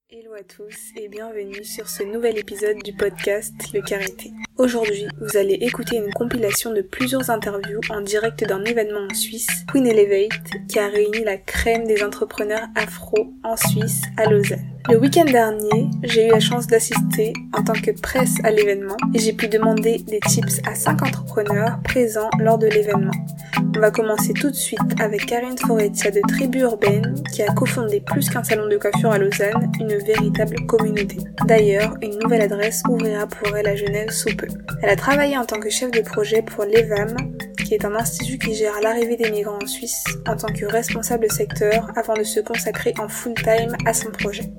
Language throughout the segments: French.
Hello à tous et bienvenue sur ce nouvel épisode du podcast Le Carité. Aujourd'hui, vous allez écouter une compilation de plusieurs interviews en direct d'un événement en Suisse, Queen Elevate, qui a réuni la crème des entrepreneurs afro en Suisse, à Lausanne. Le week-end dernier, j'ai eu la chance d'assister en tant que presse à l'événement et j'ai pu demander des tips à 5 entrepreneurs présents lors de l'événement. On va commencer tout de suite avec Karine Foretia de Tribu Urbaine qui a cofondé plus qu'un salon de coiffure à Lausanne, une véritable communauté. D'ailleurs, une nouvelle adresse ouvrira pour elle à Genève sous peu. Elle a travaillé en tant que chef de projet pour l'EVAM, qui est un institut qui gère l'arrivée des migrants en Suisse en tant que responsable secteur avant de se consacrer en full-time à son projet.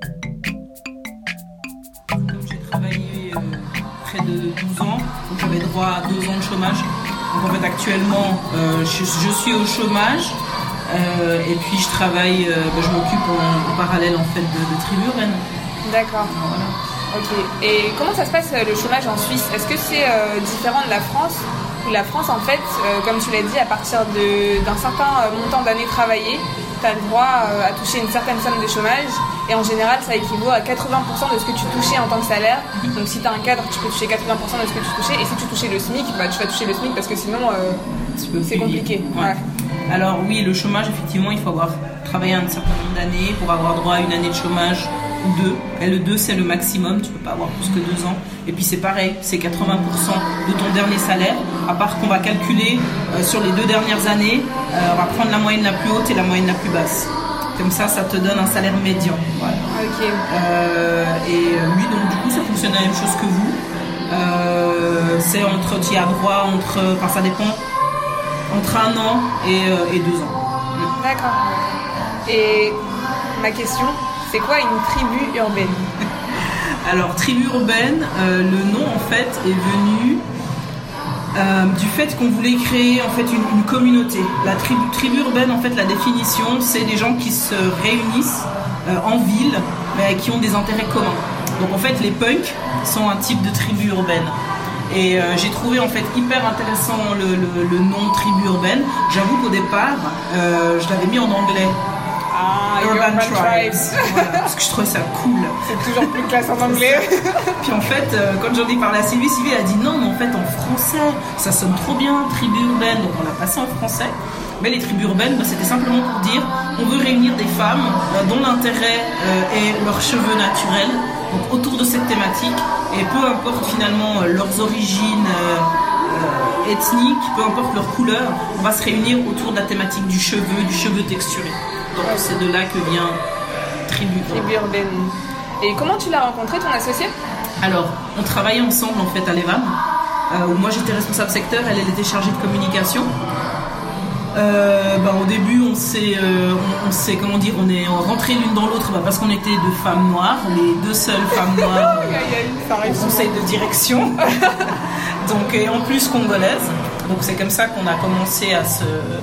J'ai travaillé près de 12 ans, donc j'avais droit à 2 ans de chômage. Donc en fait actuellement je suis au chômage et puis je travaille, je m'occupe en parallèle en fait de Tribu Urbaine. D'accord. Voilà. Ok. Et comment ça se passe le chômage en Suisse ? Est-ce que c'est différent de la France ? Ou la France en fait, comme tu l'as dit, à partir d'un certain montant d'années travaillées, tu as le droit à toucher une certaine somme de chômage et en général ça équivaut à 80% de ce que tu touchais en tant que salaire. Donc si tu as un cadre, tu peux toucher 80% de ce que tu touchais et si tu touchais le SMIC, tu vas toucher le SMIC parce que sinon c'est compliqué. Ouais. Alors oui, le chômage effectivement il faut avoir travaillé un certain nombre d'années pour avoir droit à une année de chômage ou 2. Et le 2 c'est le maximum, tu peux pas avoir plus que 2 ans. Et puis c'est pareil, c'est 80% de ton dernier salaire, à part qu'on va calculer sur les 2 dernières années, on va prendre la moyenne la plus haute et la moyenne la plus basse. Comme ça te donne un salaire médian. Voilà. Ok. Oui, donc du coup ça fonctionne la même chose que vous. Tu as droit ça dépend, entre 1 an et 2 ans. D'accord. Et ma question, c'est quoi une tribu urbaine ? Alors, Tribu Urbaine, le nom en fait est venu du fait qu'on voulait créer en fait une communauté. La tribu urbaine, en fait, la définition, c'est des gens qui se réunissent en ville, mais qui ont des intérêts communs. Donc en fait, les punks sont un type de tribu urbaine. Et j'ai trouvé en fait hyper intéressant le nom tribu urbaine. J'avoue qu'au départ, je l'avais mis en anglais. Urban Tribes. Voilà, parce que je trouvais ça cool. C'est toujours plus classe en anglais. Puis en fait, quand j'en ai parlé à Sylvie a dit non, mais en fait en français, ça sonne trop bien, tribu urbaine. Donc on l'a passé en français. Mais les tribus urbaines, c'était simplement pour dire on veut réunir des femmes dont l'intérêt est leurs cheveux naturels, donc autour de cette thématique. Et peu importe finalement leurs origines ethniques, peu importe leur couleur, on va se réunir autour de la thématique du cheveu texturé. Donc c'est de là que vient Tribu Urbaine. Et comment tu l'as rencontré, ton associé ? Alors, on travaillait ensemble en fait à l'EVAM, où moi j'étais responsable secteur, elle était chargée de communication. Au début on s'est on est rentrés l'une dans l'autre parce qu'on était 2 femmes noires, les 2 seules femmes noires au conseil de direction. Donc, et en plus congolaises. Donc c'est comme ça qu'on a commencé à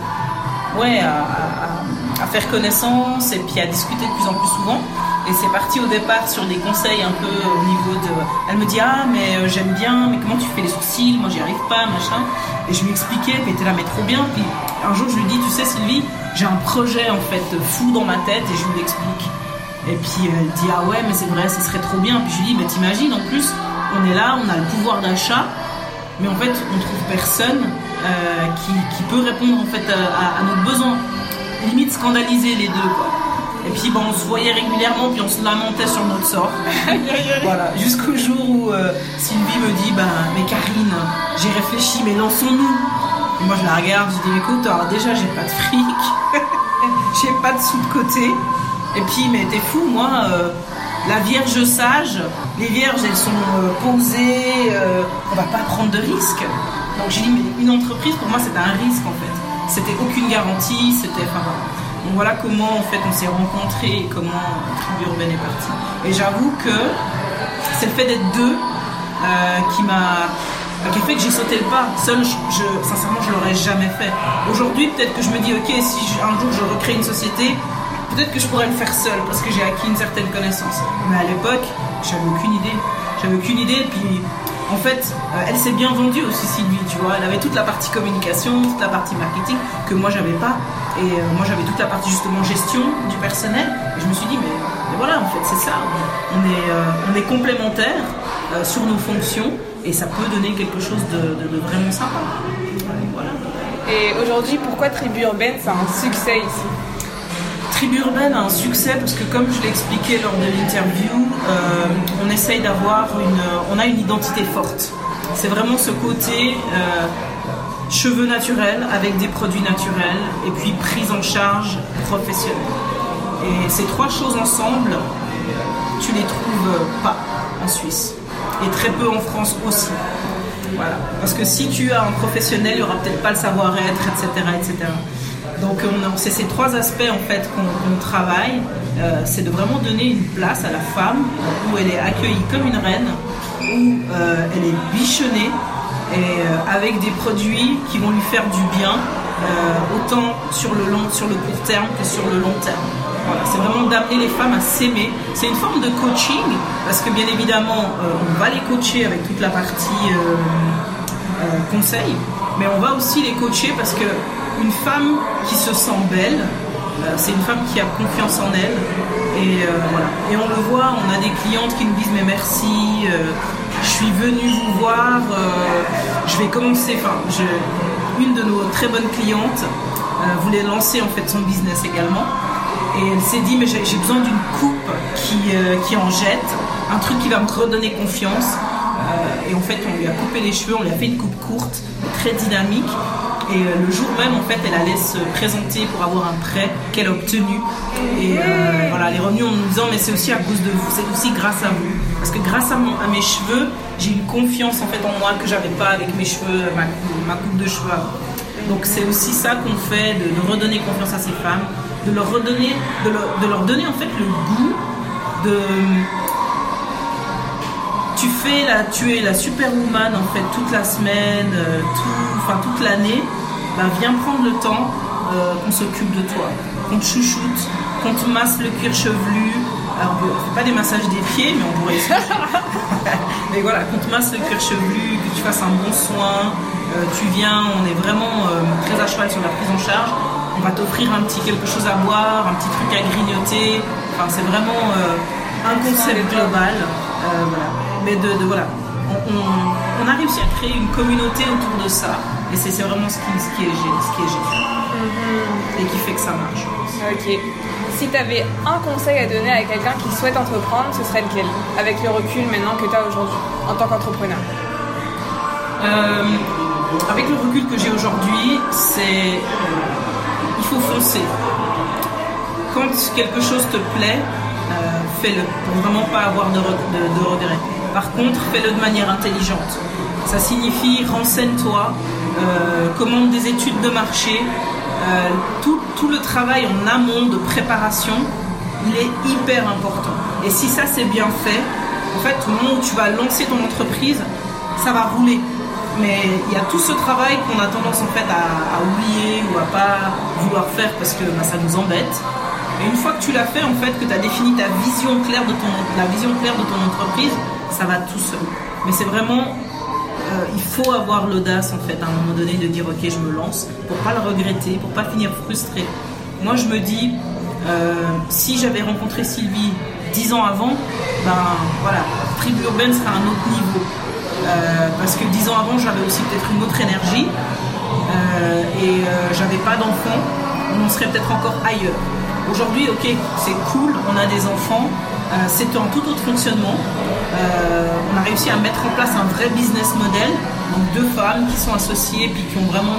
faire connaissance et puis à discuter de plus en plus souvent. Et c'est parti au départ sur des conseils un peu au niveau de... Elle me dit « Ah, mais j'aime bien, mais comment tu fais les sourcils ? Moi, j'y arrive pas, machin. » Et je lui expliquais, puis elle était là « Mais trop bien. » Puis un jour, je lui dis « Tu sais, Sylvie, j'ai un projet en fait fou dans ma tête. » Et je lui explique. Et puis elle dit « Ah ouais, mais c'est vrai, ce serait trop bien. » Puis je lui dis « Mais t'imagines, en plus, on est là, on a le pouvoir d'achat. Mais en fait, on trouve personne qui peut répondre en fait à nos besoins. » Limite scandaliser les 2 quoi. Et puis on se voyait régulièrement puis on se lamentait sur notre sort. Voilà, jusqu'au jour où Sylvie me dit mais Karine, j'ai réfléchi, mais lançons-nous. Et moi je la regarde, je dis écoute, alors déjà j'ai pas de fric, j'ai pas de sous de côté. Et puis mais t'es fou, moi la vierge sage, les vierges elles sont posées, on va pas prendre de risques. Donc j'ai dit mais une entreprise pour moi c'était un risque en fait. C'était aucune garantie, Donc voilà comment en fait on s'est rencontrés et comment Tribu Urbaine est partie. Et j'avoue que c'est le fait d'être 2 qui a fait que j'ai sauté le pas. Seul, sincèrement, je l'aurais jamais fait. Aujourd'hui, peut-être que je me dis ok, si un jour je recrée une société, peut-être que je pourrais le faire seul parce que j'ai acquis une certaine connaissance. Mais à l'époque, j'avais aucune idée. Puis en fait, elle s'est bien vendue aussi, Sylvie, tu vois. Elle avait toute la partie communication, toute la partie marketing que moi j'avais pas. Et moi j'avais toute la partie justement gestion du personnel et je me suis dit mais voilà, en fait c'est ça, on est complémentaires sur nos fonctions et ça peut donner quelque chose de vraiment sympa. Voilà. Et aujourd'hui, pourquoi Tribu Urbaine c'est un succès ici? Tribu Urbaine a un succès parce que comme je l'ai expliqué lors de l'interview, on essaye on a une identité forte. C'est vraiment ce côté cheveux naturels avec des produits naturels et puis prise en charge professionnelle. Et ces trois choses ensemble, tu les trouves pas en Suisse et très peu en France aussi. Voilà. Parce que si tu as un professionnel, il n'y aura peut-être pas le savoir-être, etc. Donc c'est ces trois aspects en fait qu'on travaille. C'est de vraiment donner une place à la femme où elle est accueillie comme une reine, où elle est bichonnée et avec des produits qui vont lui faire du bien, autant sur le court terme que sur le long terme. Voilà, c'est vraiment d'amener les femmes à s'aimer. C'est une forme de coaching parce que bien évidemment on va les coacher avec toute la partie conseil, mais on va aussi les coacher parce que une femme qui se sent belle, c'est une femme qui a confiance en elle et voilà. Et on le voit, on a des clientes qui nous disent mais merci, je suis venue vous voir, je vais commencer, une de nos très bonnes clientes voulait lancer en fait son business également et elle s'est dit mais j'ai besoin d'une coupe qui en jette, un truc qui va me redonner confiance et en fait on lui a coupé les cheveux, on lui a fait une coupe courte, très dynamique. Et le jour même, en fait, elle allait se présenter pour avoir un prêt qu'elle a obtenu. Et voilà, elle est revenue en nous disant, mais c'est aussi à cause de vous, c'est aussi grâce à vous. Parce que grâce à mes cheveux, j'ai une confiance en fait en moi que j'avais pas avec mes cheveux, ma coupe de cheveux avant. Donc c'est aussi ça qu'on fait, de redonner confiance à ces femmes, de leur donner en fait le goût de... Tu es la superwoman en fait toute la semaine, toute l'année. Viens prendre le temps qu'on s'occupe de toi, qu'on te chouchoute, qu'on te masse le cuir chevelu. Alors on ne fait pas des massages des pieds, mais on pourrait essayer. Mais voilà, qu'on te masse le cuir chevelu, que tu fasses un bon soin. Tu viens, on est vraiment très à cheval sur la prise en charge. On va t'offrir un petit quelque chose à boire, un petit truc à grignoter. Enfin, c'est vraiment un concept global. Voilà. Mais voilà, on a réussi à créer une communauté autour de ça et c'est vraiment ce qui est génial et qui fait que ça marche. Ok. Si tu avais un conseil à donner à quelqu'un qui souhaite entreprendre, ce serait lequel? Avec le recul maintenant que tu as aujourd'hui en tant qu'entrepreneur. Avec le recul que j'ai aujourd'hui, il faut foncer. Quand quelque chose te plaît, fais-le pour vraiment pas avoir de regrets. Par contre, fais-le de manière intelligente. Ça signifie renseigne-toi, commande des études de marché. Tout le travail en amont de préparation, il est hyper important. Et si ça c'est bien fait, en fait, au moment où tu vas lancer ton entreprise, ça va rouler. Mais il y a tout ce travail qu'on a tendance en fait à oublier ou à pas vouloir faire parce que ça nous embête. Et une fois que tu l'as fait, en fait, que tu as défini la vision claire de ton entreprise, ça va tout seul. Mais c'est vraiment, il faut avoir l'audace, en fait, à un moment donné, de dire ok, je me lance, pour pas le regretter, pour pas finir frustré. Moi, je me dis, si j'avais rencontré Sylvie 10 ans avant, voilà, Tribu Urbaine serait à un autre niveau. Parce que 10 ans avant, j'avais aussi peut-être une autre énergie et j'avais pas d'enfants, on serait peut-être encore ailleurs. Aujourd'hui, ok, c'est cool, on a des enfants, c'est un tout autre fonctionnement. On a réussi à mettre en place un vrai business model, donc 2 femmes qui sont associées puis qui ont vraiment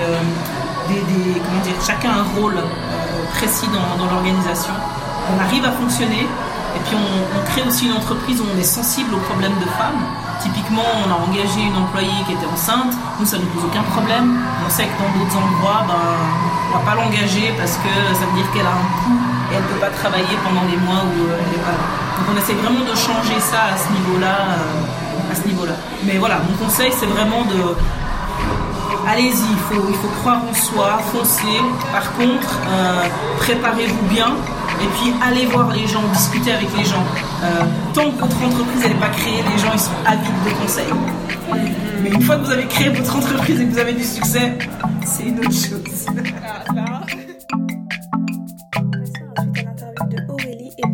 chacun un rôle précis dans l'organisation. On arrive à fonctionner et puis on crée aussi une entreprise où on est sensible aux problèmes de femmes. Typiquement, on a engagé une employée qui était enceinte, nous ça ne nous pose aucun problème. On sait que dans d'autres endroits, on ne va pas l'engager parce que ça veut dire qu'elle a un coût et elle ne peut pas travailler pendant les mois où elle n'est pas là. Donc on essaie vraiment de changer ça à ce niveau-là. Mais voilà, mon conseil c'est vraiment allez-y, il faut croire en soi, foncez. Par contre, préparez-vous bien. Et puis allez voir les gens, discuter avec les gens. Tant que votre entreprise n'est pas créée, les gens ils sont avides de conseils. Mais une fois que vous avez créé votre entreprise et que vous avez du succès, c'est une autre chose.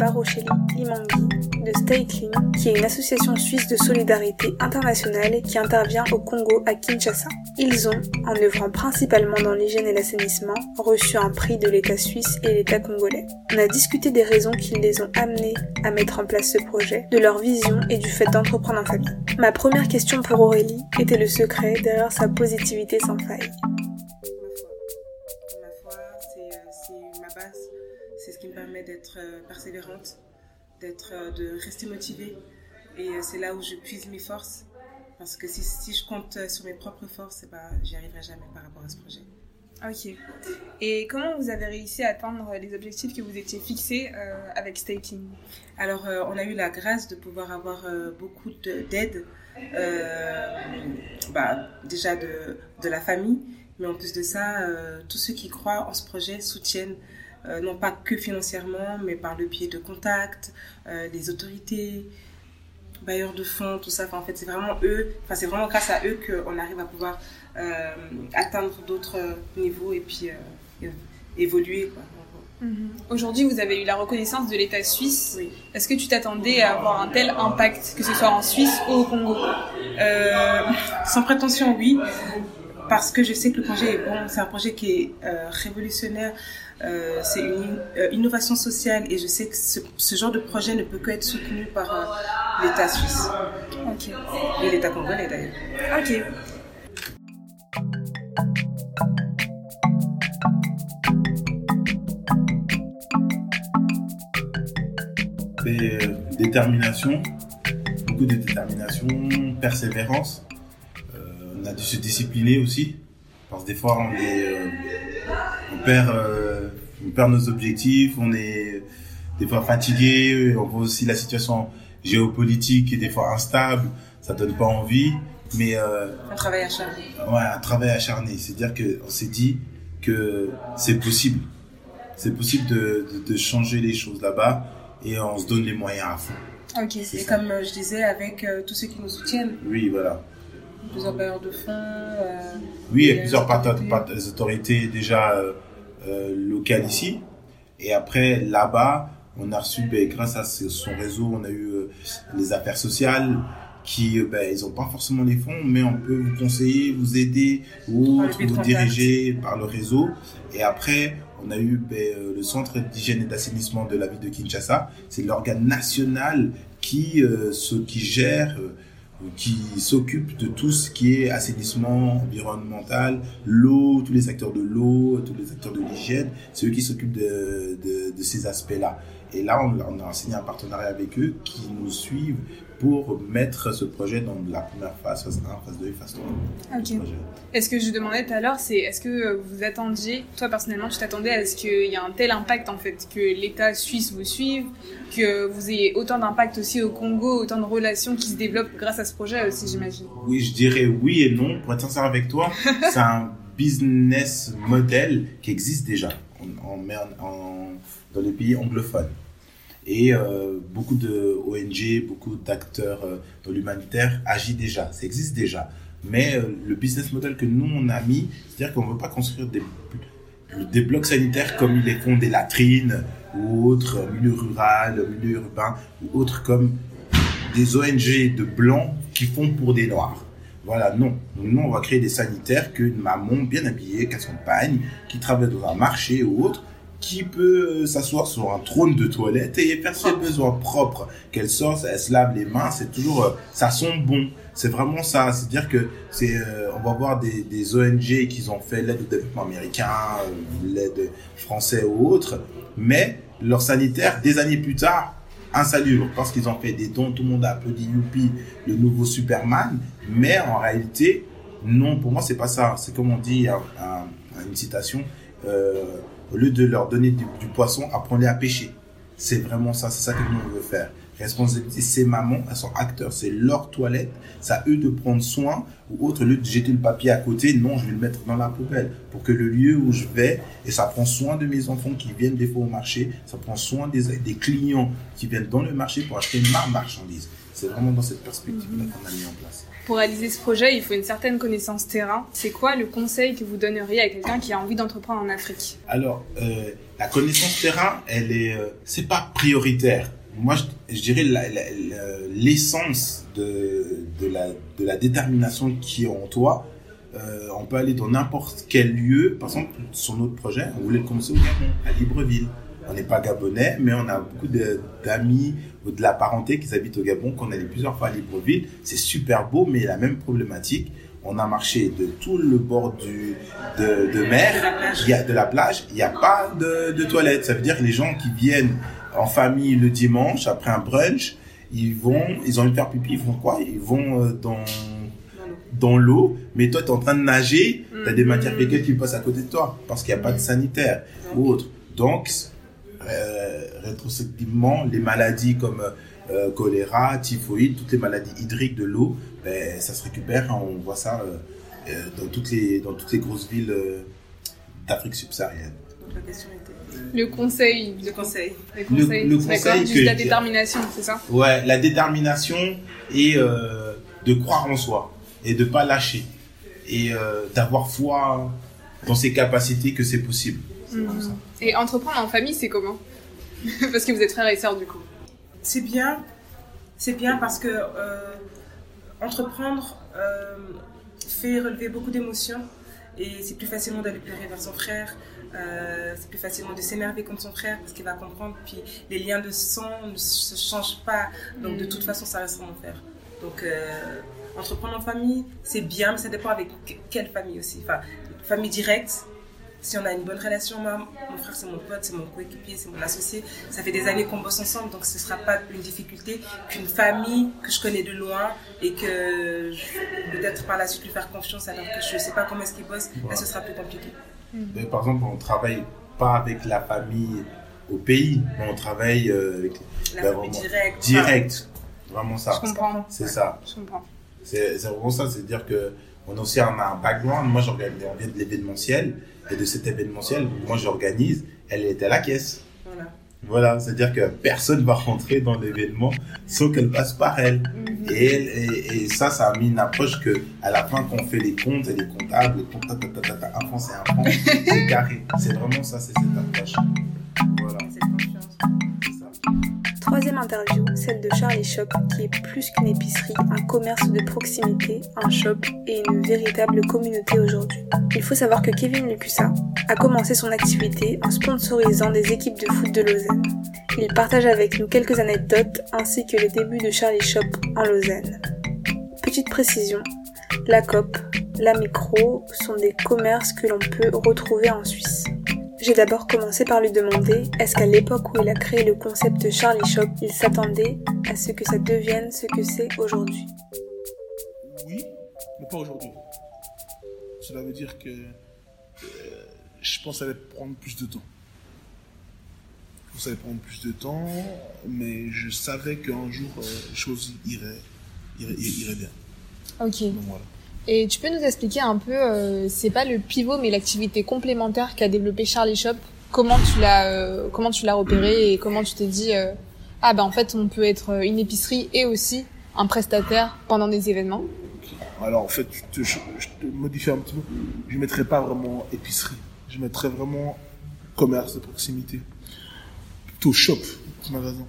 Barocheli Limangui de Stay Clean, qui est une association suisse de solidarité internationale qui intervient au Congo à Kinshasa. Ils ont, en œuvrant principalement dans l'hygiène et l'assainissement, reçu un prix de l'État suisse et l'État congolais. On a discuté des raisons qui les ont amenés à mettre en place ce projet, de leur vision et du fait d'entreprendre en famille. Ma première question pour Aurélie était le secret derrière sa positivité sans faille. Ma foi, c'est ma base. C'est ce qui me permet d'être persévérante, de rester motivée. Et c'est là où je puise mes forces. Parce que si je compte sur mes propres forces, j'y arriverai jamais par rapport à ce projet. Ok. Et comment vous avez réussi à atteindre les objectifs que vous étiez fixés avec Stay Clean ? Alors, on a eu la grâce de pouvoir avoir beaucoup d'aide, déjà de la famille, mais en plus de ça, tous ceux qui croient en ce projet soutiennent, non pas que financièrement, mais par le biais de contacts, des autorités, bailleurs de fonds, tout ça. En fait, c'est vraiment grâce à eux qu'on arrive à pouvoir atteindre d'autres niveaux et puis évoluer, quoi. Aujourd'hui, vous avez eu la reconnaissance de l'État suisse. Oui. Est-ce que tu t'attendais à avoir un tel impact, que ce soit en Suisse ou au Congo ? Sans prétention, oui. Parce que je sais que le projet est bon. C'est un projet qui est révolutionnaire. C'est une innovation sociale et je sais que ce genre de projet ne peut qu'être soutenu par l'État suisse. Ok. Et l'État congolais d'ailleurs. Ok. Détermination, beaucoup de détermination, persévérance. On a dû se discipliner aussi, parce que des fois on perd nos objectifs, on est des fois fatigué, on voit aussi la situation géopolitique qui est des fois instable, ça donne pas envie, mais un travail acharné. Ouais, un travail acharné, c'est-à-dire qu'on s'est dit que c'est possible de changer les choses là-bas. Et on se donne les moyens à fond. Ok, et comme je disais, avec tous ceux qui nous soutiennent. Oui, voilà. Plusieurs bailleurs de fonds. Oui, et plusieurs autorités déjà locales ici. Et après, là-bas, on a reçu, grâce à son réseau, on a eu les affaires sociales qui, ils n'ont pas forcément les fonds, mais on peut vous conseiller, vous aider ou vous diriger par le réseau. Et après, on a eu le centre d'hygiène et d'assainissement de la ville de Kinshasa. C'est l'organe national qui gère, qui s'occupe de tout ce qui est assainissement environnemental, l'eau, tous les acteurs de l'eau, tous les acteurs de l'hygiène. C'est eux qui s'occupent de ces aspects-là. Et là, on a signé un partenariat avec eux qui nous suivent pour mettre ce projet dans la première phase 1, phase 2 et phase 3. Ok. Et ce que je demandais tout à l'heure, c'est est-ce que vous attendiez, toi personnellement, tu t'attendais à ce qu'il y ait un tel impact en fait, que l'État suisse vous suive, que vous ayez autant d'impact aussi au Congo, autant de relations qui se développent grâce à ce projet aussi, j'imagine. Oui, je dirais oui et non. Pour être sincère avec toi, c'est un business model qui existe déjà dans les pays anglophones. Et beaucoup de ONG, beaucoup d'acteurs dans l'humanitaire agissent déjà, ça existe déjà. Mais le business model que nous on a mis, c'est-à-dire qu'on ne veut pas construire des blocs sanitaires comme ils les font des latrines ou autres, milieu rural, milieu urbain ou autres comme des ONG de blancs qui font pour des noirs. Voilà, non. Nous, on va créer des sanitaires qu'une maman bien habillée, qui a son pagne, qui travaille dans un marché ou autre, qui peut s'asseoir sur un trône de toilette et faire ses besoins propres. Qu'elle sort, elle se lave les mains, c'est toujours, ça sent bon. C'est vraiment ça. C'est-à-dire que on va voir des ONG qui ont fait l'aide au développement américain, l'aide français ou autre, mais leur sanitaire, des années plus tard, insalubre parce qu'ils ont fait des dons. Tout le monde a applaudi Youpi, le nouveau Superman, mais en réalité, non, pour moi, c'est pas ça. C'est comme on dit, une citation, au lieu de leur donner du poisson, apprenez à pêcher. C'est vraiment ça, c'est ça que nous on veut faire. Responsabilité, ces mamans, elles sont acteurs, c'est leur toilette, c'est à eux de prendre soin, ou autre, au lieu de jeter le papier à côté, non, je vais le mettre dans la poubelle, pour que le lieu où je vais, et ça prend soin de mes enfants qui viennent des fois au marché, ça prend soin des clients qui viennent dans le marché pour acheter ma marchandise. c'est vraiment dans cette perspective-là qu'on a mis en place. Pour réaliser ce projet, il faut une certaine connaissance terrain. C'est quoi le conseil que vous donneriez à quelqu'un qui a envie d'entreprendre en Afrique? Alors, la connaissance terrain, c'est pas prioritaire. Moi, je dirais l'essence de la détermination qui est en toi. On peut aller dans n'importe quel lieu. Par exemple, sur notre projet, on voulait commencer au Gabon, à Libreville. On n'est pas gabonais, mais on a beaucoup d'amis ou de la parenté qui habitent au Gabon, qu'on allait plusieurs fois à Libreville. C'est super beau, mais la même problématique. On a marché de tout le bord de mer, de la plage. Il n'y a pas de toilettes. Ça veut dire que les gens qui viennent en famille le dimanche, après un brunch, ils ont envie de faire pipi, ils font quoi? Ils vont dans l'eau, mais toi, tu es en train de nager, tu as des matières fécales qui passent à côté de toi, parce qu'il n'y a pas de sanitaire ou autre. Donc, rétrospectivement, les maladies comme choléra, typhoïde, toutes les maladies hydriques de l'eau, ça se récupère. Hein, on voit ça dans toutes les grosses villes d'Afrique subsaharienne. Donc la question était... Le conseil, c'est la détermination, c'est ça? Ouais, la détermination et de croire en soi et de pas lâcher et d'avoir foi dans ses capacités que c'est possible. Et entreprendre en famille, c'est comment? Parce que vous êtes frères et sœurs du coup. C'est bien parce que entreprendre fait relever beaucoup d'émotions et c'est plus facilement d'aller pleurer vers son frère. C'est plus facilement de s'énerver contre son frère parce qu'il va comprendre. Puis les liens de sang ne se changent pas, donc de toute façon ça restera mon frère. Donc entreprendre en famille, c'est bien, mais ça dépend avec quelle famille aussi. Enfin, famille directe. Si on a une bonne relation, moi, mon frère c'est mon pote, c'est mon coéquipier, c'est mon associé. Ça fait des années qu'on bosse ensemble, donc ce ne sera pas une difficulté qu'une famille que je connais de loin et que peut-être par la suite lui faire confiance alors que je ne sais pas comment est-ce qu'il bosse, là ce sera plus compliqué. Mais par exemple, on ne travaille pas avec la famille au pays, mais on travaille avec la famille directe. Vraiment ça. Je comprends. C'est ça. Je comprends. C'est vraiment ça, c'est-à-dire qu'on a un background. Moi, on vient de l'événementiel. Et de cet événementiel, moi j'organise, elle est à la caisse. Voilà, c'est-à-dire que personne ne va rentrer dans l'événement sans qu'elle passe par elle. Et ça a mis une approche que, à la fin, quand on fait les comptes, et les comptables, un franc c'est un franc, c'est carré. C'est vraiment ça, c'est cette approche. Voilà. Troisième interview, celle de Charlie Shop, qui est plus qu'une épicerie, un commerce de proximité, un shop et une véritable communauté aujourd'hui. Il faut savoir que Kevin Lucussa a commencé son activité en sponsorisant des équipes de foot de Lausanne. Il partage avec nous quelques anecdotes ainsi que les débuts de Charlie Shop en Lausanne. Petite précision, la COP, la Micro sont des commerces que l'on peut retrouver en Suisse. J'ai d'abord commencé par lui demander est-ce qu'à l'époque où il a créé le concept Charlie Shop, il s'attendait à ce que ça devienne ce que c'est aujourd'hui. Oui, mais pas aujourd'hui. Cela veut dire que je pense que ça allait prendre plus de temps. Ça allait prendre plus de temps, mais je savais qu'un jour, les choses iraient bien. Ok. Donc voilà. Et tu peux nous expliquer un peu, c'est pas le pivot, mais l'activité complémentaire qu'a développé Charlie Shop. Comment tu l'as repéré et comment tu t'es dit, en fait, on peut être une épicerie et aussi un prestataire pendant des événements. Okay. Alors, en fait, je te modifie un petit peu. Je mettrais pas vraiment épicerie. Je mettrais vraiment commerce de proximité. Plutôt shop, magasin.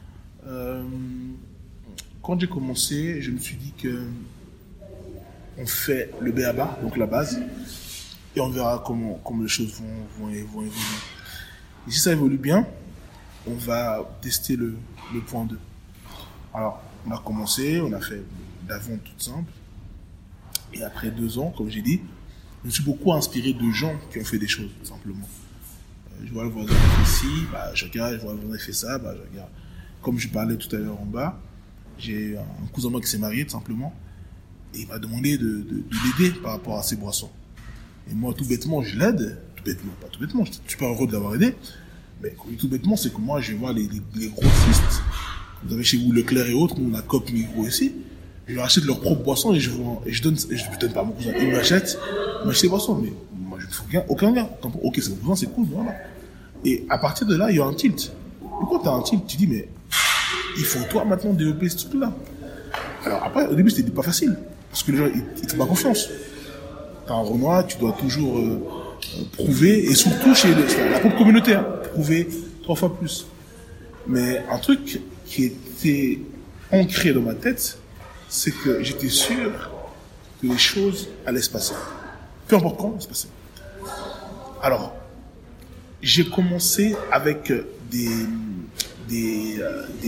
Quand j'ai commencé, je me suis dit que on fait le B.A.B.A., donc la base, et on verra comment les choses vont évoluer. Et si ça évolue bien, on va tester le point 2. Alors, on a commencé, on a fait de la vente toute simple, et après 2 ans, comme j'ai dit, je me suis beaucoup inspiré de gens qui ont fait des choses, tout simplement. Je vois le voisin qui fait ci, je regarde, je vois le voisin qui fait ça, je regarde. Comme je parlais tout à l'heure en bas, j'ai un cousin moi qui s'est marié, tout simplement, et il m'a demandé de l'aider par rapport à ses boissons. Et moi, tout bêtement, je l'aide. Tout bêtement, pas tout bêtement, je suis super heureux de l'avoir aidé. Mais tout bêtement, c'est que moi, je vais voir les grossistes. Vous avez chez vous Leclerc et autres, on a Coop Migros ici. Je leur achète leurs propres boissons et je donne pas à mon cousin. Il m'achète les boissons. Mais moi, je ne fais aucun gain. Ok, c'est mon cousin, c'est cool, voilà. Et à partir de là, il y a un tilt. Et quand tu as un tilt, tu dis, mais il faut toi maintenant développer ce truc-là. Alors après, au début, c'était pas facile. Parce que les gens, ils t'ont pas confiance. T'as un Renoir, tu dois toujours prouver, et surtout chez la propre communauté, hein, prouver 3 fois plus. Mais un truc qui était ancré dans ma tête, c'est que j'étais sûr que les choses allaient se passer. Peu importe quand, elles se passaient. Alors, j'ai commencé avec des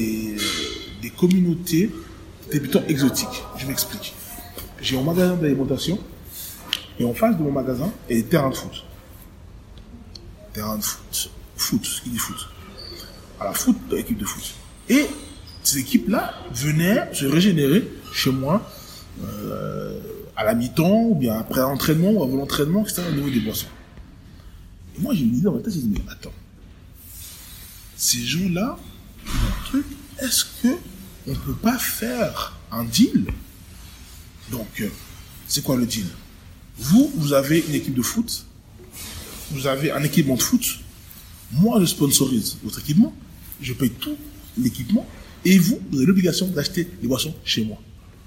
communautés débutants exotiques. Je m'explique. J'ai un magasin d'alimentation et en face de mon magasin, il y a des terrains de foot. Terrain de foot. Foot, ce qui dit foot. Alors, foot, équipe de foot. Et ces équipes-là venaient se régénérer chez moi à la mi-temps, ou bien après l'entraînement, ou avant l'entraînement, etc., au niveau des boissons. Et moi, j'ai une idée dans ma tête, j'ai dit, mais attends, ces gens-là, ils ont un truc, est-ce que on peut pas faire un deal? Donc, c'est quoi le deal? Vous avez une équipe de foot, vous avez un équipement de foot, moi, je sponsorise votre équipement, je paye tout l'équipement, et vous avez l'obligation d'acheter les boissons chez moi.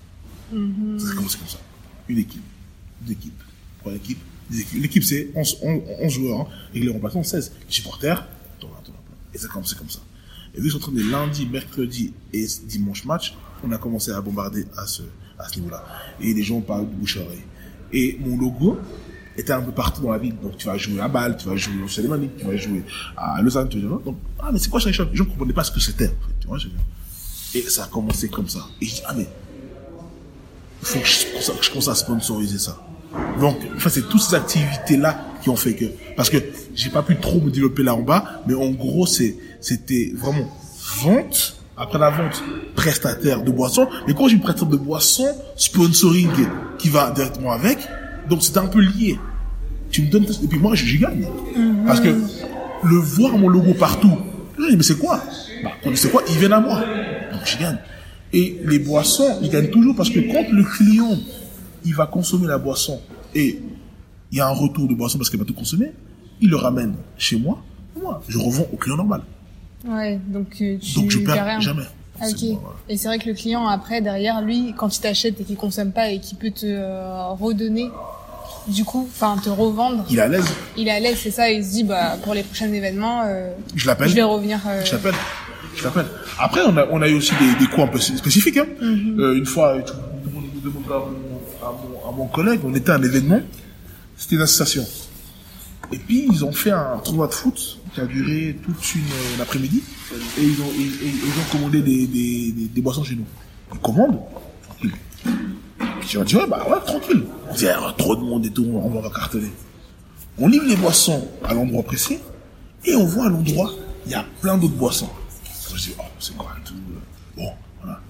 Ça commence comme ça. Une équipe, deux équipes, trois équipes, des équipes. L'équipe, c'est 11 joueurs, hein, et les remplaçants, 16. Les supporters, et ça commence comme ça. Et vu qu'ils sont en train de lundi, mercredi et dimanche match, on a commencé à bombarder à ce niveau-là. Et les gens parlent de bouche à oreille. Et mon logo était un peu partout dans la ville. Donc, tu vas jouer à Bâle, tu vas jouer au Célémanie, tu vas jouer à Lausanne, tu vas jouer. Donc, mais c'est quoi chaque shop? Les gens ne comprenaient pas ce que c'était, en fait. Tu vois, et ça a commencé comme ça. Et je dis, mais il faut que je commence à sponsoriser ça. Donc, en fait, c'est toutes ces activités-là qui ont fait que, parce que j'ai pas pu trop me développer là en bas, mais en gros, c'était vraiment vente, après la vente, prestataire de boissons, mais quand j'ai une prestataire de boissons, sponsoring qui va directement avec, donc c'était un peu lié. Tu me donnes, et puis moi, j'y gagne. Parce que, le voir mon logo partout, je dis, mais c'est quoi? C'est quoi? Ils viennent à moi. Donc, j'y gagne. Et les boissons, ils gagnent toujours parce que quand le client, il va consommer la boisson et il y a un retour de boisson parce qu'il va tout consommer, il le ramène chez moi, je revends au client normal. Ouais, donc je perds jamais. Ok. Bon, voilà. Et c'est vrai que le client, après, derrière, lui, quand il t'achète et qu'il consomme pas et qu'il peut te redonner, du coup, te revendre. Il est à l'aise. Il est à l'aise, c'est ça, et il se dit, pour les prochains événements, je l'appelle. Je vais revenir. Je l'appelle. Après, on a eu aussi des cours un peu spécifiques, hein. Une fois, je demande à mon collègue, on était à un événement, c'était une association. Et puis, ils ont fait un tournoi de foot qui a duré toute une après-midi, et ils ont commandé des boissons chez nous. Ils commandent, tranquille. Puis on dit, ouais, tranquille. On dit, trop de monde et tout, on va cartonner. On livre les boissons à l'endroit précis, et on voit à l'endroit, il y a plein d'autres boissons. Je dis, c'est quoi tout? Bon, voilà.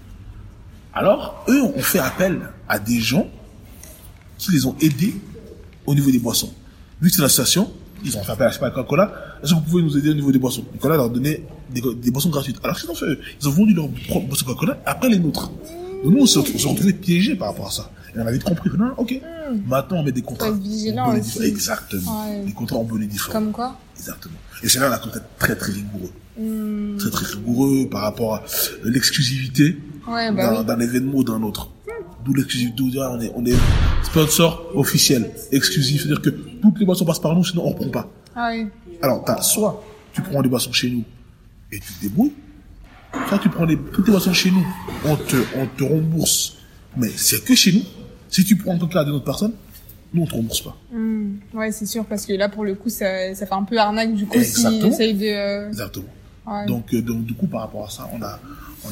Alors, eux ont fait appel à des gens qui les ont aidés au niveau des boissons. Vu que c'est l'association, ils ont fait appel à Coca-Cola. Est-ce que vous pouvez nous aider au niveau des boissons? Coca-Cola leur donnait des boissons gratuites. Alors, qu'est-ce qu'ils ont fait? Ils ont vendu leurs propres boissons Coca-Cola après les nôtres. Donc, nous, on s'est retrouvés piégés par rapport à ça. Et on avait compris. Non, ok. Maintenant, on met des contrats. Vigilant aussi. Exactement. Ouais. Des contrats en bonne et due forme. Comme quoi? Exactement. Et c'est là, on a peut-être très, très rigoureux. Très, très rigoureux par rapport à l'exclusivité d'un événement ou d'un autre. D'où l'exclusivité. On est sponsor officiel, exclusif. C'est-à-dire que toutes les boissons passent par nous, sinon on ne reprend pas. Ah oui. Alors, soit tu prends des boissons chez nous et tu te débrouilles, soit tu prends toutes les boissons chez nous, on te rembourse. Mais c'est que chez nous. Si tu prends un truc là d'une autre personne, nous on te rembourse pas. Ouais, c'est sûr, parce que là pour le coup ça fait un peu arnaque du coup. Exactement. S'ils essayent de. Exactement. Ouais. Donc du coup par rapport à ça, on a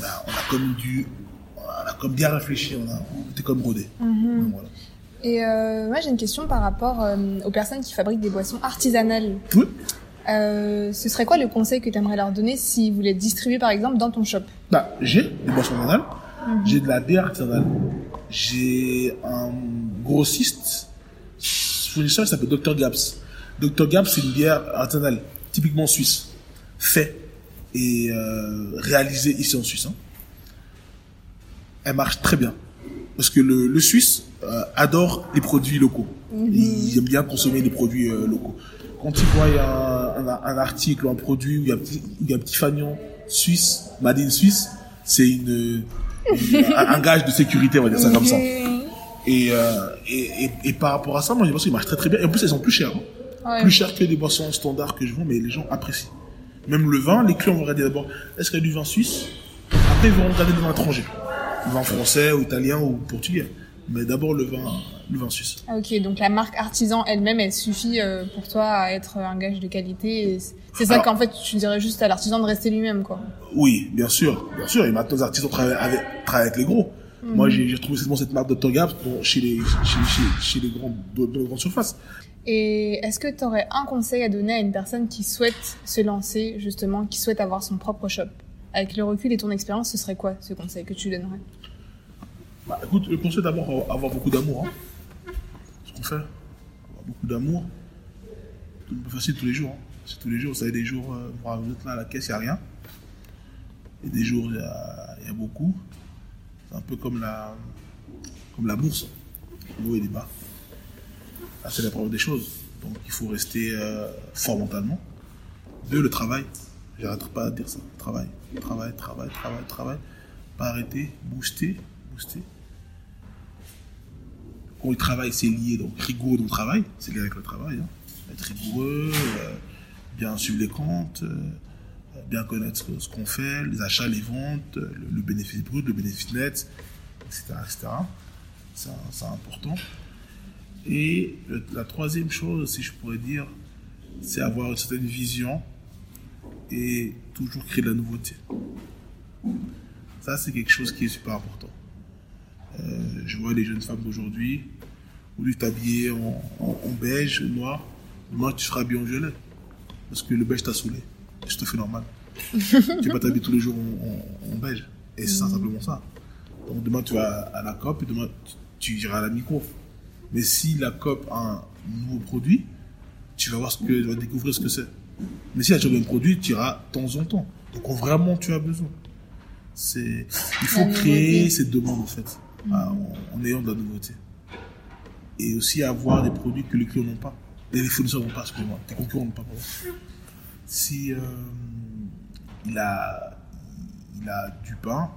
comme bien réfléchi, on était comme rodé. Donc, voilà. Et moi j'ai une question par rapport aux personnes qui fabriquent des boissons artisanales. Oui. Ce serait quoi le conseil que tu aimerais leur donner s'ils voulaient distribuer par exemple dans ton shop? J'ai des boissons artisanales, j'ai de la bière artisanale, j'ai un grossiste fournisseur qui s'appelle Dr Gabs. Dr Gabs, c'est une bière artisanale typiquement suisse, fait et réalisée ici en Suisse. Elle marche très bien parce que le Suisse adore les produits locaux. Il aime bien consommer les produits locaux. Quand il voit un article ou un produit où il y a un petit fanion suisse, made in Suisse, c'est une un gage de sécurité, on va dire ça comme ça. Et par rapport à ça, moi, les boissons, ils marchent très très bien. Et en plus, elles sont plus chères. Ouais. Plus chères que des boissons standards que je vends, mais les gens apprécient. Même le vin, les clients vont regarder d'abord, est-ce qu'il y a du vin suisse? Après, ils vont regarder le vin étranger. Le vin français, ou italien, ou portugais. Mais d'abord, le vin suisse. Ah, ok, donc la marque artisan elle-même, elle suffit pour toi à être un gage de qualité. Et c'est ça qu'en fait, tu dirais juste à l'artisan de rester lui-même, quoi. Oui, bien sûr. Et maintenant, les artisans travaillent avec les gros. Moi, j'ai trouvé cette marque de Togab chez les grandes surfaces. Et est-ce que tu aurais un conseil à donner à une personne qui souhaite se lancer, justement, qui souhaite avoir son propre shop? Avec le recul et ton expérience, ce serait quoi ce conseil que tu donnerais? Bah, écoute, le conseil d'abord, avoir beaucoup d'amour. Hein. Ce qu'on fait, avoir beaucoup d'amour. C'est pas facile tous les jours. Hein. C'est tous les jours, vous savez, des jours, vous êtes là à la caisse, il n'y a rien. Et des jours, il y a beaucoup. C'est un peu comme la bourse, le haut et les bas. Là, c'est la preuve des choses. Donc, il faut rester fort mentalement. 2, le travail. J'arrêterai pas de dire ça. Travail. Pas arrêter, booster. Quand il travaille, c'est lié, donc rigoureux dans le travail, c'est lié avec le travail. Hein. Être rigoureux, bien suivre les comptes, bien connaître ce qu'on fait, les achats, les ventes, le bénéfice brut, le bénéfice net, etc. C'est important. Et la troisième chose, si je pourrais dire, c'est avoir une certaine vision et toujours créer de la nouveauté. Ça, c'est quelque chose qui est super important. Je vois les jeunes femmes d'aujourd'hui, au lieu de t'habiller en beige, noir, demain tu seras habillé en violet. Parce que le beige t'a saoulé. C'est tout à fait normal. Tu ne vas pas t'habiller tous les jours en beige. Et c'est simplement ça. Donc demain tu vas à la COP et demain tu iras à la micro. Mais si la COP a un nouveau produit, tu vas découvrir ce que c'est. Mais si elle a toujours le même produit, tu iras de temps en temps. Donc vraiment tu as besoin. Il faut créer cette demande en fait. En ayant de la nouveauté. Et aussi avoir des produits que les clients n'ont pas. Les fournisseurs n'ont pas, excusez-moi. Tes concurrents n'ont pas. Si il a du pain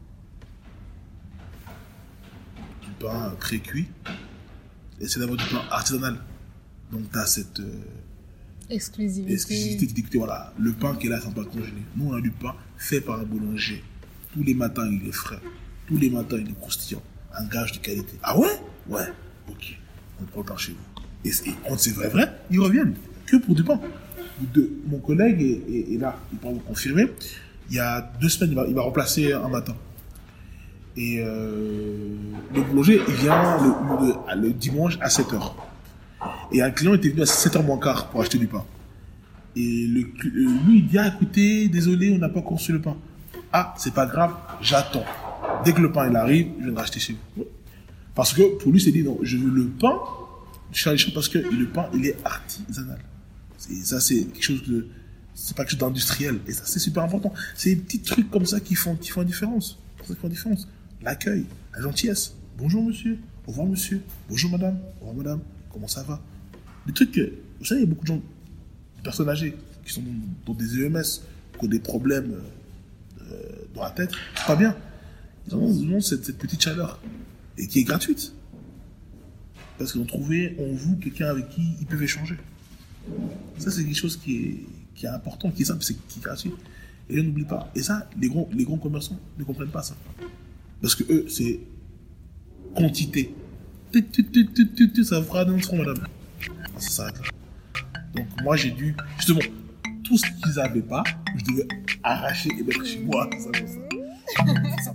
pré-cuit, essaie d'avoir du pain artisanal. Donc tu as cette exclusivité qui dit que voilà, le pain qui est là, c'est un pain congelé. Nous, on a du pain fait par un boulanger. Tous les matins, il est frais. Tous les matins, il est croustillant. Un gage de qualité. Ah ouais? Ouais. Ok. On prend le pain chez vous. Et quand c'est vrai, ils reviennent. Que pour du pain. Mon collègue est là. Il pourra vous confirmer. Il y a 2 semaines, il va remplacer un matin. Et le boulanger, il vient le dimanche à 7h. Et un client était venu à 7h moins quart pour acheter du pain. Et lui, il dit, écoutez, désolé, on n'a pas conçu le pain. Ah, c'est pas grave, j'attends. Dès que le pain il arrive, je vais le racheter chez vous. Parce que pour lui, c'est dit non, je veux le pain parce que le pain il est artisanal. Ça, c'est quelque chose c'est pas quelque chose d'industriel. Et ça, c'est super important. C'est des petits trucs comme ça qui font la différence. L'accueil, la gentillesse. Bonjour monsieur, au revoir monsieur, bonjour madame, au revoir madame, comment ça va? Des trucs que, vous savez, il y a beaucoup de gens, des personnes âgées qui sont dans des EMS, qui ont des problèmes dans la tête, c'est pas bien. Ils ont cette petite chaleur et qui est gratuite parce qu'ils ont trouvé en vous quelqu'un avec qui ils peuvent échanger. Ça, c'est quelque chose qui est important, qui est simple, qui est gratuit. Et là, n'oublie pas. Et ça, les grands commerçants ne comprennent pas ça. Parce que eux, c'est quantité. Ça fera un franc, madame. Ça s'arrête là. Donc moi, j'ai dû, justement, tout ce qu'ils n'avaient pas, je devais arracher et mettre chez moi. Ça.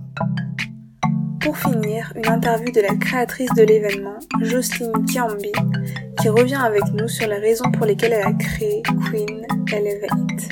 Pour finir, une interview de la créatrice de l'événement, Jocelyne Kiambi, qui revient avec nous sur les raisons pour lesquelles elle a créé Queen Elevate.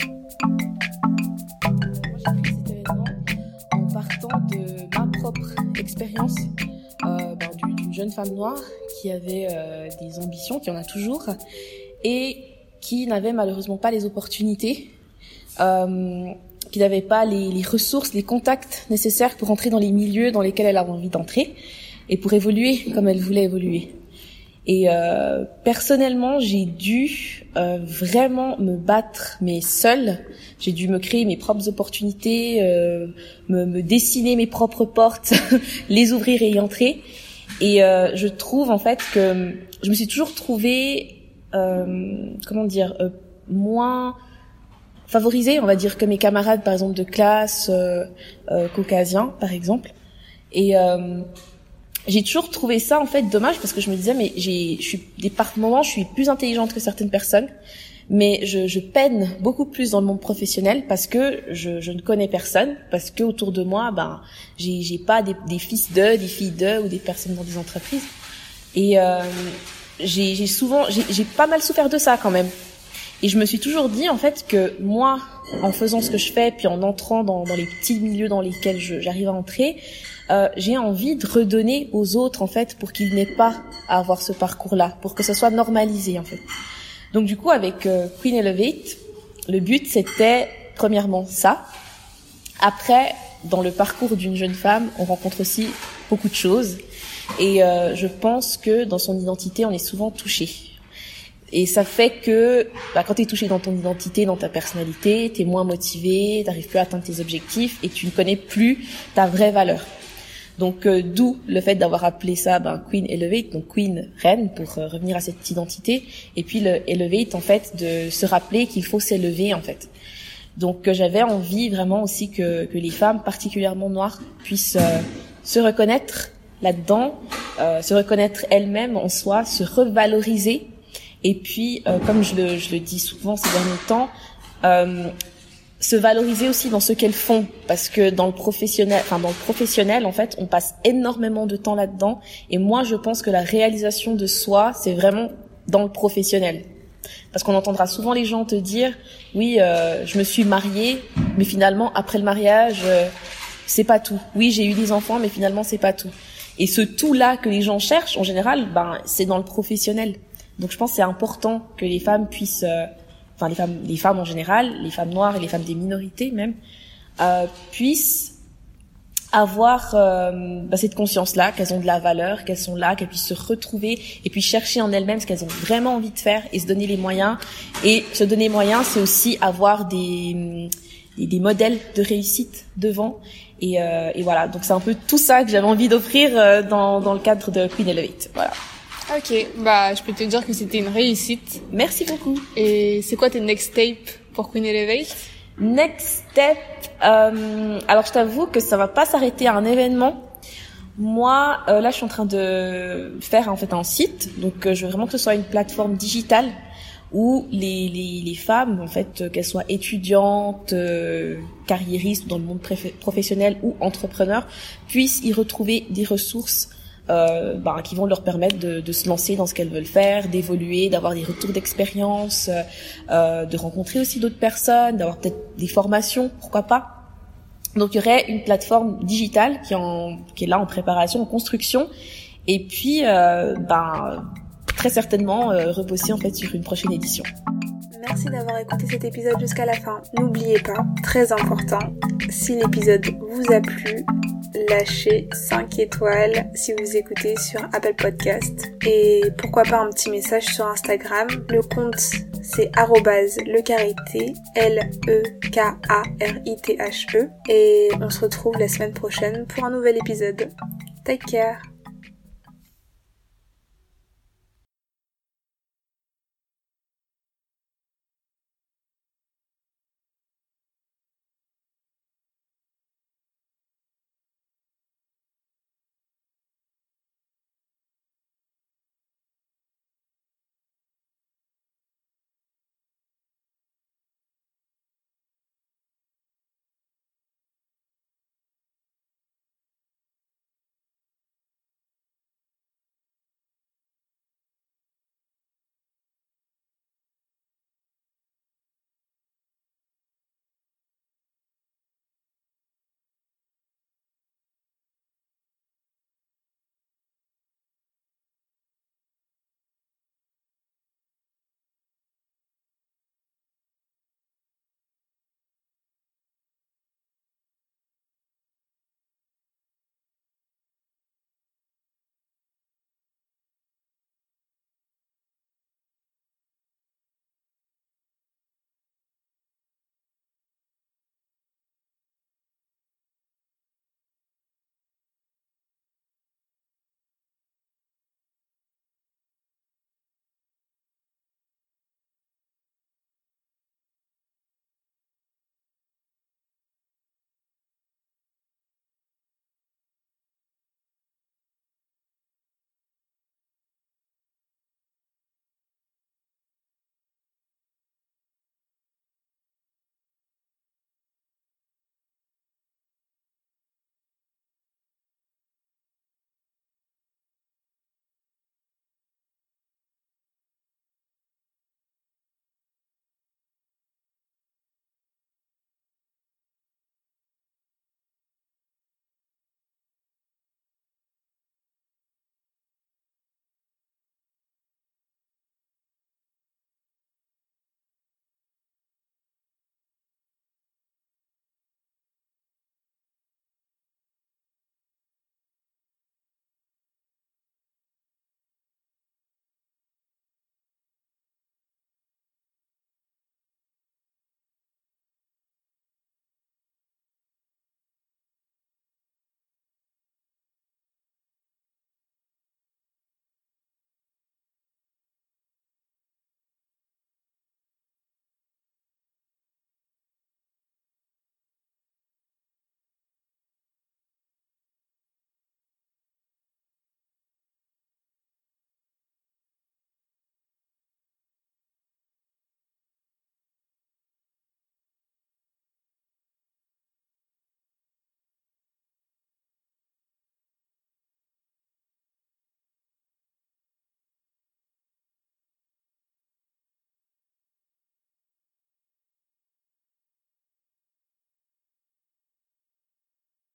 Moi, j'ai créé cet événement en partant de ma propre expérience d'une jeune femme noire qui avait des ambitions, qui en a toujours, et qui n'avait malheureusement pas les opportunités, qui n'avait pas les ressources, les contacts nécessaires pour entrer dans les milieux dans lesquels elle avait envie d'entrer et pour évoluer comme elle voulait évoluer. Et personnellement, j'ai dû vraiment me battre, mais seule. J'ai dû me créer mes propres opportunités, me dessiner mes propres portes, les ouvrir et y entrer. Et je trouve en fait que je me suis toujours trouvée, moins favorisée, on va dire, que mes camarades, par exemple, de classe caucasiens, par exemple. Et j'ai toujours trouvé ça en fait dommage parce que je me disais mais par moments je suis plus intelligente que certaines personnes, mais je peine beaucoup plus dans le monde professionnel parce que je ne connais personne, parce que autour de moi j'ai pas des fils d'eux, des filles d'eux ou des personnes dans des entreprises. Et j'ai pas mal souffert de ça quand même. Et je me suis toujours dit en fait que moi, en faisant ce que je fais puis en entrant dans les petits milieux dans lesquels j'arrive à entrer, j'ai envie de redonner aux autres en fait pour qu'ils n'aient pas à avoir ce parcours-là, pour que ça soit normalisé en fait. Donc du coup avec Queen Elevate, le but c'était premièrement ça. Après, dans le parcours d'une jeune femme, on rencontre aussi beaucoup de choses et je pense que dans son identité, on est souvent touché. Et ça fait que quand t'es touché dans ton identité, dans ta personnalité, t'es moins motivé, t'arrives plus à atteindre tes objectifs et tu ne connais plus ta vraie valeur. Donc d'où le fait d'avoir appelé ça Queen Elevate, donc Queen reine pour revenir à cette identité, et puis le Elevate en fait de se rappeler qu'il faut s'élever en fait. Donc j'avais envie vraiment aussi que les femmes particulièrement noires puissent se reconnaître là-dedans, se reconnaître elles-mêmes en soi, se revaloriser. Et puis, comme je le dis souvent ces derniers temps, se valoriser aussi dans ce qu'elles font, parce que dans le professionnel, en fait, on passe énormément de temps là-dedans. Et moi, je pense que la réalisation de soi, c'est vraiment dans le professionnel. Parce qu'on entendra souvent les gens te dire, oui, je me suis mariée, mais finalement, après le mariage, c'est pas tout. Oui, j'ai eu des enfants, mais finalement, c'est pas tout. Et ce tout-là que les gens cherchent, en général, c'est dans le professionnel. Donc je pense que c'est important que les femmes puissent, les femmes en général, les femmes noires et les femmes des minorités même, puissent avoir cette conscience-là, qu'elles ont de la valeur, qu'elles sont là, qu'elles puissent se retrouver et puis chercher en elles-mêmes ce qu'elles ont vraiment envie de faire et se donner les moyens. Et se donner moyens, c'est aussi avoir des modèles de réussite devant. Et voilà, donc c'est un peu tout ça que j'avais envie d'offrir dans le cadre de Queen Elevate. Voilà. Ok, je peux te dire que c'était une réussite. Merci beaucoup. Et c'est quoi tes next steps pour Queen Elevate? Next step, alors je t'avoue que ça va pas s'arrêter à un événement. Moi, là, je suis en train de faire en fait un site, donc je veux vraiment que ce soit une plateforme digitale où les femmes, en fait, qu'elles soient étudiantes, carriéristes dans le monde professionnel ou entrepreneurs, puissent y retrouver des ressources qui vont leur permettre de se lancer dans ce qu'elles veulent faire, d'évoluer, d'avoir des retours d'expérience, de rencontrer aussi d'autres personnes, d'avoir peut-être des formations, pourquoi pas. Donc il y aurait une plateforme digitale qui est là en préparation, en construction, et puis très certainement rebosser en fait sur une prochaine édition. Merci d'avoir écouté cet épisode jusqu'à la fin. N'oubliez pas, très important, si l'épisode vous a plu, lâchez 5 étoiles si vous écoutez sur Apple Podcast. Et pourquoi pas un petit message sur Instagram. Le compte c'est @lecarithe, LEKARITHE. Et on se retrouve la semaine prochaine pour un nouvel épisode. Take care.